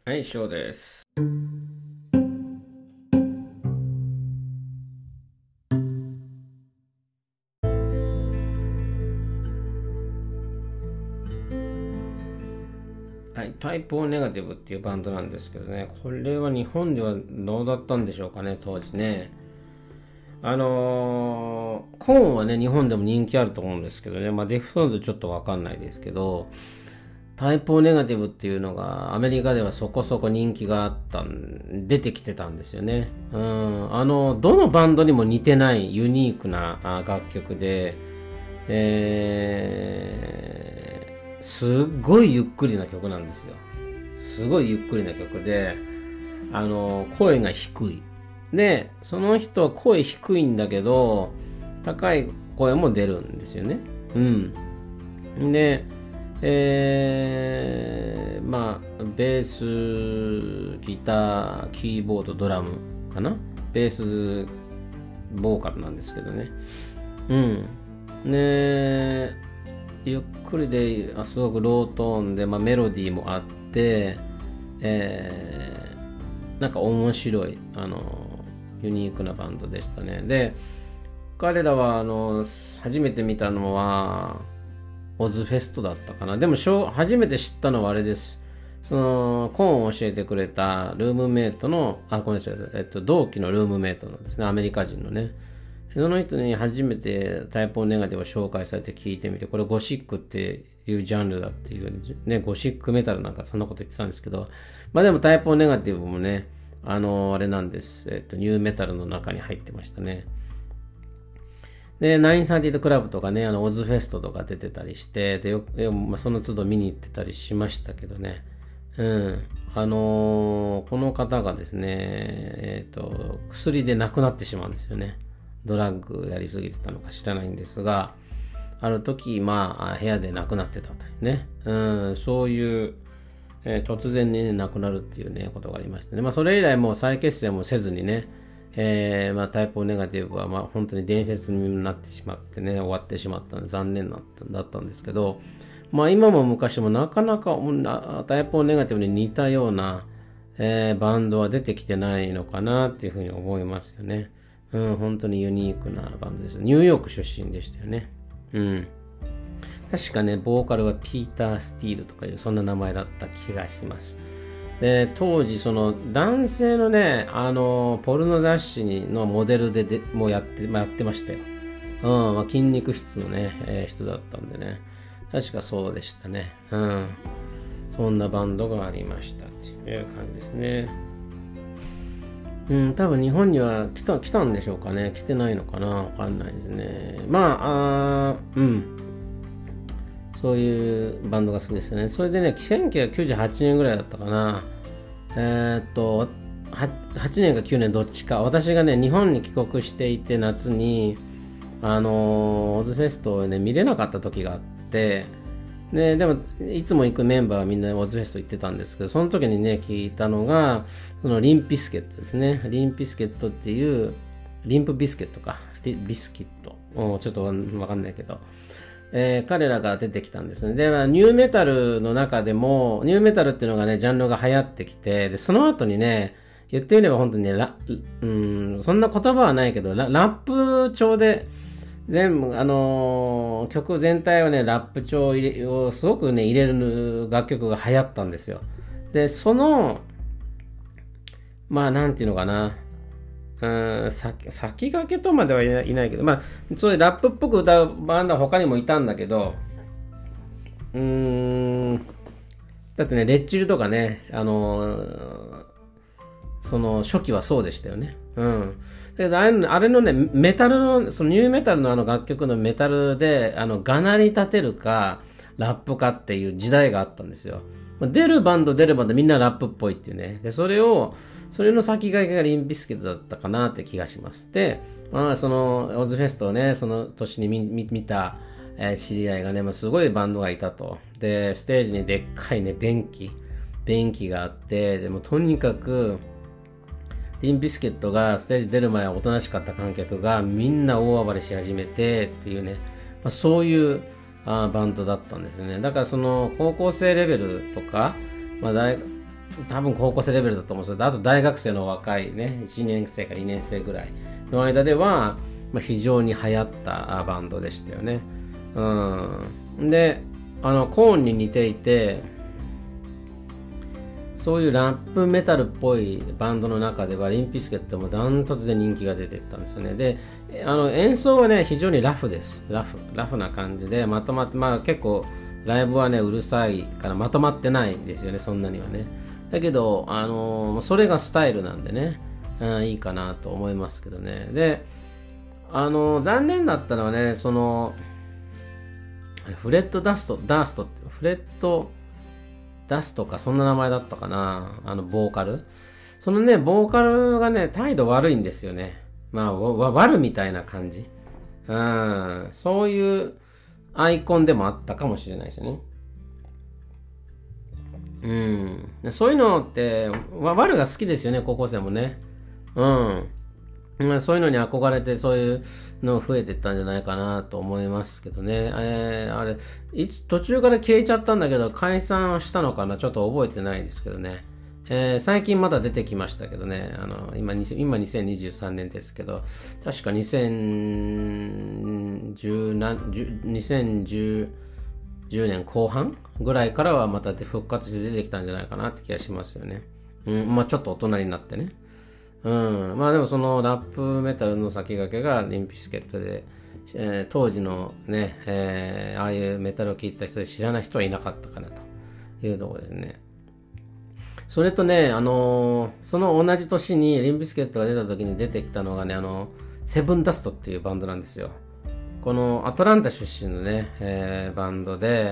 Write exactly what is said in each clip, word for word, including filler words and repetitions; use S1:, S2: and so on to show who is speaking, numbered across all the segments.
S1: はい、翔です。はい、タイプオネガティブっていうバンドなんですけどね、これは日本ではどうだったんでしょうかね、当時ね。あのー、コーンはね、日本でも人気あると思うんですけどね、まあ、デフトーンズちょっとわかんないですけど、タイプオネガティブっていうのがアメリカではそこそこ人気があったん、出てきてたんですよね。うん、あの、どのバンドにも似てないユニークな楽曲で、えー、すっごいゆっくりな曲なんですよ。すごいゆっくりな曲で、あの、声が低い。で、その人は声低いんだけど、高い声も出るんですよね。うん。で、えー、まあ、ベース、ギター、キーボード、ドラムかな。ベース、ボーカルなんですけどね。うん。ね、ゆっくりで、あ、すごくロートーンで、まあ、メロディーもあって、えー、なんか面白い、あの、ユニークなバンドでしたね。で、彼らは、あの、初めて見たのは、オズフェストだったかな。でも、初めて知ったのはあれです。その、コーンを教えてくれたルームメイトの、あ、ごめんなさい、えっと、同期のルームメイトなんですね。アメリカ人のね。その人に初めてタイプオネガティブを紹介されて聞いてみて、これゴシックっていうジャンルだっていうね、ゴシックメタルなんかそんなこと言ってたんですけど、まあでもタイプオネガティブもね、あの、あれなんです。えっと、ニューメタルの中に入ってましたね。で、ナインサーティートクラブとかね、あの、オズフェストとか出てたりして、で、よく、まあ、その都度見に行ってたりしましたけどね。うん。あのー、この方がですね、えっと、薬で亡くなってしまうんですよね。ドラッグやりすぎてたのか知らないんですが、ある時、まあ、部屋で亡くなってたというね。うん、そういう、えー、突然に、ね、亡くなるっていうね、ことがありましてね。まあ、それ以来もう再結成もせずにね、えー、まあ、タイプオネガティブは、まあ、本当に伝説になってしまってね、終わってしまったので残念だったんですけど、まあ、今も昔もなかなかタイプオネガティブに似たような、えー、バンドは出てきてないのかなっていうふうに思いますよね。うん、本当にユニークなバンドです。ニューヨーク出身でしたよね。うん。確かね、ボーカルはピーター・スティールとかいう、そんな名前だった気がします。で、当時、その、男性のね、あの、ポルノ雑誌のモデルで、でもうやって、まあ、やってましたよ。うん、まあ、筋肉質のね、えー、人だったんでね。確かそうでしたね。うん。そんなバンドがありましたっていう感じですね。うん、多分日本には来た、来たんでしょうかね。来てないのかな、わかんないですね。まあ、あうん。そういうバンドが好きですね。それでね、せんきゅうひゃくきゅうじゅうはちねんぐらいだったかな。えー、っと、はちねんかきゅうねんどっちか。私がね、日本に帰国していて夏に、あのー、オズフェストをね、見れなかった時があって、で、でも、いつも行くメンバーはみんなオズフェスト行ってたんですけど、その時にね、聞いたのが、そのリンピスケットですね。リンピスケットっていう、リンプビスケットか。ビスケット。ちょっとわかんないけど。えー、彼らが出てきたんですね。で、ニューメタルの中でも、ニューメタルっていうのがね、ジャンルが流行ってきて、で、その後にね、言ってみれば本当にね、ラうん、そんな言葉はないけど、ララップ調で、全部、あのー、曲全体をね、ラップ調をすごくね、入れる楽曲が流行ったんですよ。で、その、まあ、なんていうのかな。うん、先、先駆けとまではいない、いないけど、まあ、そういうラップっぽく歌うバンドは他にもいたんだけど、うーん、だってね、レッチルとかね、あのー、その初期はそうでしたよね。うん。だけどあれ、あれのね、メタルの、そのニューメタルのあの楽曲のメタルで、あの、がなり立てるか、ラップかっていう時代があったんですよ。出るバンド出るバンドみんなラップっぽいっていうね。で、それを、それの先駆けがリンビスケットだったかなって気がします。で、まあ、その、オズフェストをね、その年に見、見た、えー、知り合いがね、まあ、すごいバンドがいたと。で、ステージにでっかいね、便器、便器があって、でもとにかく、リンビスケットがステージ出る前はおとなしかった観客がみんな大暴れし始めてっていうね、まあ、そういうあバンドだったんですよね。だからその高校生レベルとか、まあ大多分高校生レベルだと思うんですけど、あと大学生の若いね、いちねん生かにねん生ぐらいの間では、まあ、非常に流行ったバンドでしたよね。うん。で、あの、コーンに似ていて、そういうラップメタルっぽいバンドの中ではリンピスケットもダントツで人気が出てったんですよね。で、あの演奏はね非常にラフです。ラフラフな感じでまとまって、まあ結構ライブはねうるさいからまとまってないですよね、そんなにはね。だけどあのそれがスタイルなんでね、うん、いいかなと思いますけどね。で、あの残念だったのはね、そのフレッド・ダストダーストってフレッドダストかそんな名前だったかな、あのボーカル、そのねボーカルがね態度悪いんですよね。まあわ悪みたいな感じ、うん、そういうアイコンでもあったかもしれないですよね。うん、そういうのってワルが好きですよね、高校生もね。うん、まあ、そういうのに憧れてそういうの増えていったんじゃないかなと思いますけどね。えー、あれいつ途中から消えちゃったんだけど解散したのかな、ちょっと覚えてないですけどね。えー、最近まだ出てきましたけどね。あの今今にせんにじゅうさんねんですけど、確かにせんじゅうねんこう半ぐらいからはまた復活して出てきたんじゃないかなって気がしますよね。うん、まあちょっと大人になってね。うん、まあでもそのラップメタルの先駆けがリンピスケットで、えー、当時のね、えー、ああいうメタルを聴いてた人で知らない人はいなかったかなというところですね。それとね、あのー、その同じ年にリンピスケットが出た時に出てきたのがね、あのセブンダストっていうバンドなんですよ。このアトランタ出身のね、えー、バンドで、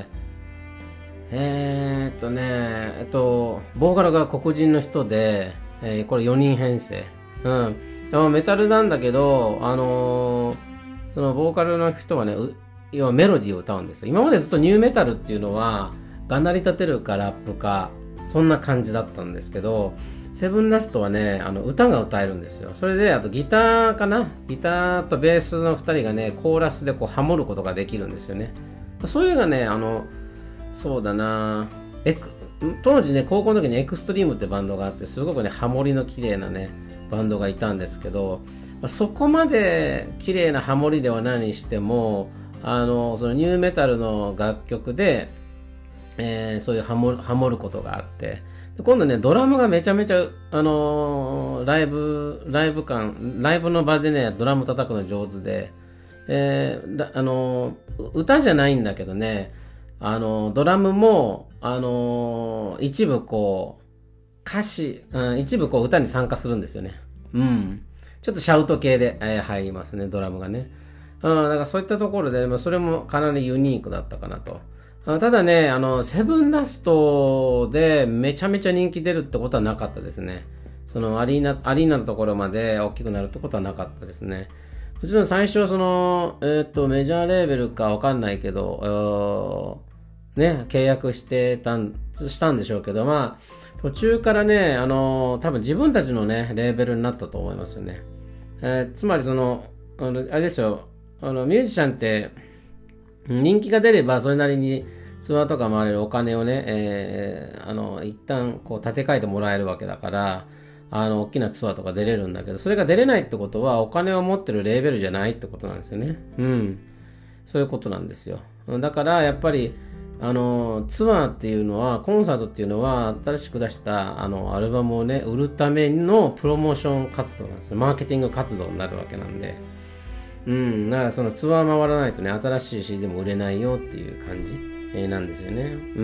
S1: えー、っとね、えっと、ボーカルが黒人の人で、えー、これよにん編成。うん。でもメタルなんだけど、あのー、そのボーカルの人はね、要はメロディーを歌うんですよ。今までずっとニューメタルっていうのは、がなり立てるかラップか、そんな感じだったんですけど、セブンダストはね、あの歌が歌えるんですよ。それで、あとギターかな、ギターとベースのふたりがね、コーラスでこうハモることができるんですよね。それがね、あの、そうだなエク当時ね高校の時にエクストリームってバンドがあって、すごくねハモリの綺麗なねバンドがいたんですけど、そこまで綺麗なハモリではないにしても、あのそのニューメタルの楽曲で、えー、そういうハモハモることがあって、で今度ねドラムがめちゃめちゃあのー、ライブライブ感ライブの場でねドラム叩くの上手で、えー、あのー、歌じゃないんだけどね、あのドラムもあの一部こう歌詞、うん、一部こう歌に参加するんですよね。うん。ちょっとシャウト系で、えー、入りますね、ドラムがね。うん、だからそういったところで、まあ、それもかなりユニークだったかなと。あただね、あの、セブンダストでめちゃめちゃ人気出るってことはなかったですね。そのアリーナ、アリーナのところまで大きくなるってことはなかったですね。もちろん最初はその、えっと、メジャーレーベルかわかんないけど、ね、契約してたん、したんでしょうけど、まあ、途中からね、あの、多分自分たちのね、レーベルになったと思いますよね。えー、つまりその、あの、あれですよ、あの、ミュージシャンって、人気が出ればそれなりにツアーとか回れるお金をね、えー、あの、一旦こう立て替えてもらえるわけだから、あの、大きなツアーとか出れるんだけど、それが出れないってことは、お金を持ってるレーベルじゃないってことなんですよね。うん。そういうことなんですよ。だから、やっぱり、あの、ツアーっていうのは、コンサートっていうのは、新しく出した、あの、アルバムをね、売るためのプロモーション活動なんですよ。マーケティング活動になるわけなんで。うん。だから、そのツアー回らないとね、新しい シーディー も売れないよっていう感じ、えー、なんですよね。うん。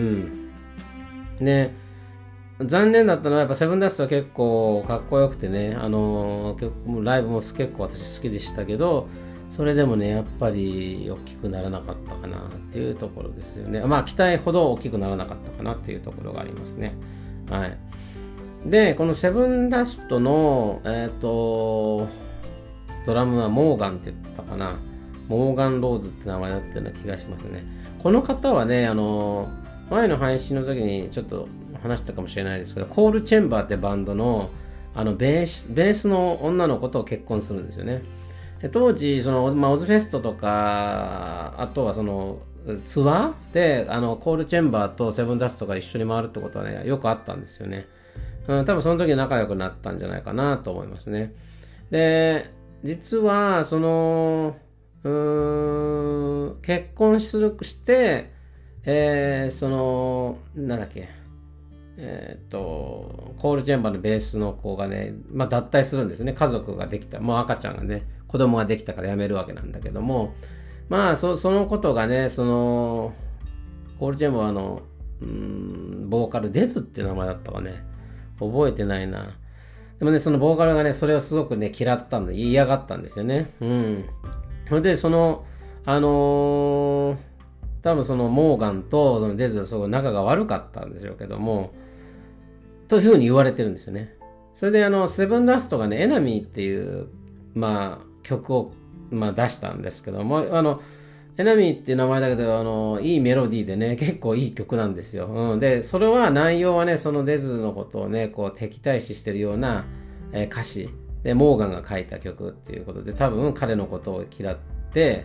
S1: で、残念だったのはやっぱセブンダストは結構かっこよくてね、あのー、ライブも結構私好きでしたけど、それでもねやっぱり大きくならなかったかなっていうところですよね。まあ期待ほど大きくならなかったかなっていうところがありますね。はい。でこのセブンダストのえっ、ー、とドラムはモーガンって言ってたかな、モーガンローズって名前だったような気がしますね。この方はね、あのー、前の配信の時にちょっと話したかもしれないですけど、コールチェンバーってバンドのあのベース、ベースの女の子と結婚するんですよね。で当時その、まあ、オズフェストとか、あとはそのツアーであのコールチェンバーとセブンダストが一緒に回るってことはねよくあったんですよね。 うん、多分その時仲良くなったんじゃないかなと思いますね。で、実は、その、うーん、結婚する、して、えー、その、なんだっけ、えーっと、コールチェンバーのベースの子がね、まあ脱退するんですね。家族ができた。もう赤ちゃんがね、子供ができたから辞めるわけなんだけども、まあ、そ, そのことがね、その、コールチェンバーの、うーん、ボーカル、デズっていう名前だったかね。覚えてないな。でもね、そのボーカルがね、それをすごくね、嫌ったんで、嫌がったんですよね。うん。それで、その、あのー、多分そのモーガンとそのデズはすごい仲が悪かったんでしょうけども、というふうに言われてるんですよね。それであの、セブンダストがね、エナミーっていう、まあ、曲を、まあ、出したんですけども、あの、エナミーっていう名前だけど、あの、いいメロディーでね、結構いい曲なんですよ。うん。で、それは内容はね、そのデズのことをね、こう敵対視してるような、えー、歌詞で、モーガンが書いた曲っていうことで、多分彼のことを嫌って、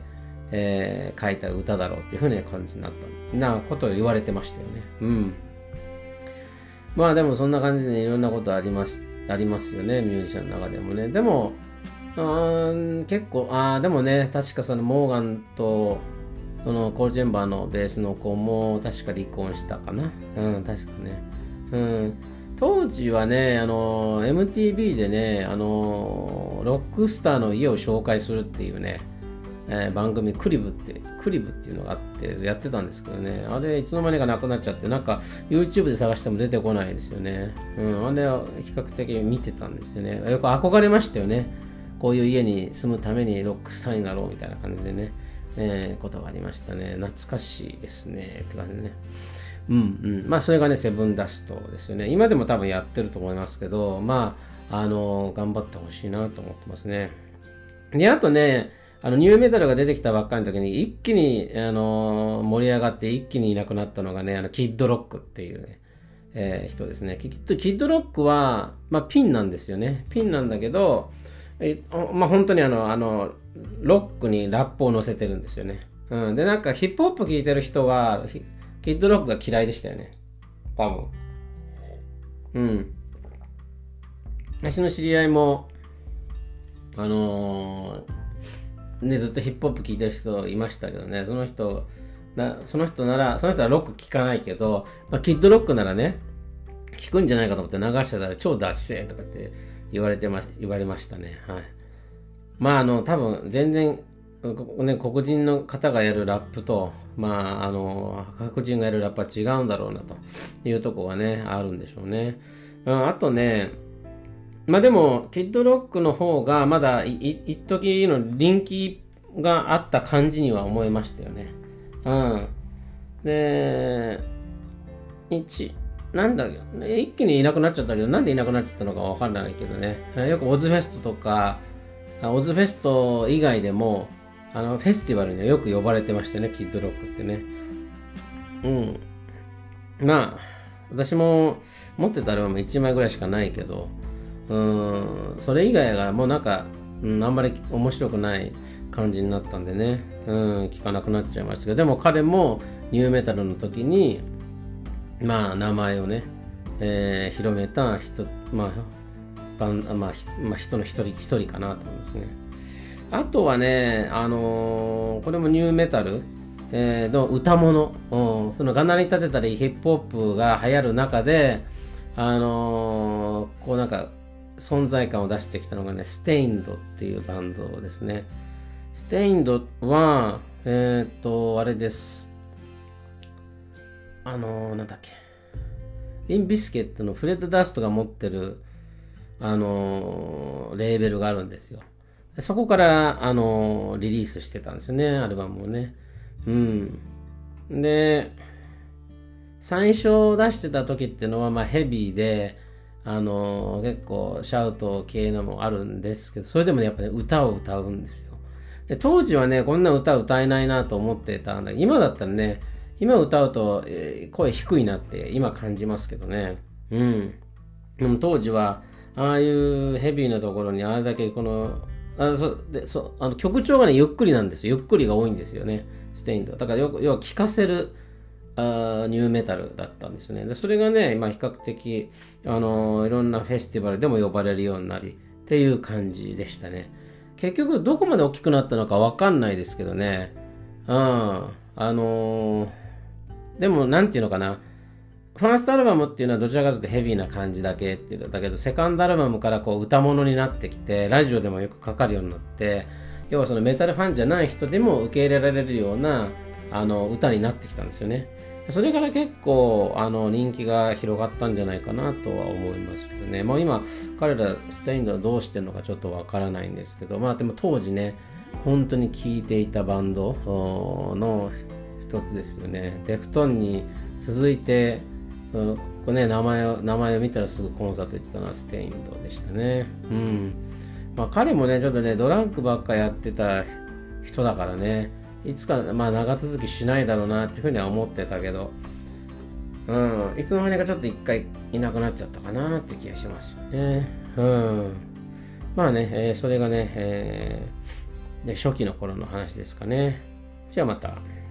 S1: えー、書いた歌だろうっていうふうな感じになったなことを言われてましたよね。うん。まあでもそんな感じでいろんなことあります、ありますよね、ミュージシャンの中でもね。でも、あー結構、ああ、でもね、確かそのモーガンと、そのコールチェンバーのベースの子も確か離婚したかな。うん、確かね。うん。当時はね、あの、エムティービー でね、あの、ロックスターの家を紹介するっていうね、えー、番組クリブってクリブっていうのがあってやってたんですけどね、あれいつの間にかなくなっちゃって、なんか YouTube で探しても出てこないですよね。うん、あれは比較的見てたんですよね。よく憧れましたよね。こういう家に住むためにロックスターになろうみたいな感じでね、えー、ことがありましたね。懐かしいですねって感じでね。うんうん。まあそれがね、セブンダストですよね。今でも多分やってると思いますけど、まあ、あの、頑張ってほしいなと思ってますね。で、あとね、あの、ニューメタルが出てきたばっかりの時に、一気に、あのー、盛り上がって一気にいなくなったのがね、あの、キッドロックっていうね、えー、人ですね。キッド、キッドロックは、まあ、ピンなんですよね。ピンなんだけど、えまあ、本当にあの、あの、ロックにラップを乗せてるんですよね。うん。で、なんか、ヒップホップ聴いてる人は、キッドロックが嫌いでしたよね。多分。うん。私の知り合いも、あのー、ね、ずっとヒップホップ聴いてる人いましたけどね、その人な、その人なら、その人はロック聴かないけど、まあ、キッドロックならね、聴くんじゃないかと思って流してたら超ダッセーとかって言われてま、言われましたね。はい。まあ、あの、多分全然、ね、黒人の方がやるラップと、まあ、あの、白人がやるラップは違うんだろうなというとこがね、あるんでしょうね。うん、あとね、まあでも、キッドロックの方がまだ一時の人気があった感じには思いましたよね。うん。で、一、なんだ一気にいなくなっちゃったけど、なんでいなくなっちゃったのかわかんないけどね。よくオズフェストとか、オズフェスト以外でも、あの、フェスティバルにはよく呼ばれてましたね、キッドロックってね。うん。まあ、私も持ってたアルバムいちまいぐらいしかないけど、うーん、それ以外がもうなんか、うん、あんまり面白くない感じになったんでね、うん、聞かなくなっちゃいましたけど、でも彼もニューメタルの時に、まあ名前をね、えー、広めた人、まあ、バンまあ、まあ、人の一人一人かなと思いますね。あとはね、あのー、これもニューメタル、えー、の歌物、うん、そのがなり立てたりヒップホップが流行る中で、あのー、こうなんか、存在感を出してきたのがね、ステインドっていうバンドですね。ステインドは、えっと、あれです。あのー、なんだっけ。リンビスケットのフレッド・ダストが持ってる、あのー、レーベルがあるんですよ。そこから、あのー、リリースしてたんですよね、アルバムをね。うん。で、最初出してた時っていうのは、まあ、ヘビーで、あのー、結構シャウト系のもあるんですけど、それでもね、やっぱり、ね、歌を歌うんですよ。で、当時はね、こんな歌歌えないなと思ってたんだけど、今だったらね、今歌うと、えー、声低いなって今感じますけどね。うん。でも当時は、ああいうヘビーなところにあれだけこの、あそでそあの曲調がね、ゆっくりなんですよ。ゆっくりが多いんですよね。ステインド。だからよ要は聴かせる、 あニューメタルだったんですよね。でそれがね、まあ、比較的、あのー、いろんなフェスティバルでも呼ばれるようになりっていう感じでしたね。結局どこまで大きくなったのかわかんないですけどね。うん。あのー、でもなんていうのかな。ファーストアルバムっていうのはどちらかというとヘビーな感じだけっていうのだけど、セカンドアルバムからこう歌物になってきて、ラジオでもよくかかるようになって、要はそのメタルファンじゃない人でも受け入れられるようなあの歌になってきたんですよね。それから結構あの人気が広がったんじゃないかなとは思いますけどね。もう今彼らステインドはどうしてるのかちょっとわからないんですけど、まあでも当時ね本当に聴いていたバンドの一つですよね。デフトンに続いてそのここね名前を名前を見たらすぐコンサート行ってたのはステインドでしたね。うん。まあ彼もねちょっとねドランクばっかやってた人だからね。いつか、まあ、長続きしないだろうなっていうふうには思ってたけど、うん、いつの間にかちょっと一回いなくなっちゃったかなって気がしますよね。うん、まあね、えー、それがね、えー、で初期の頃の話ですかね。じゃあまた。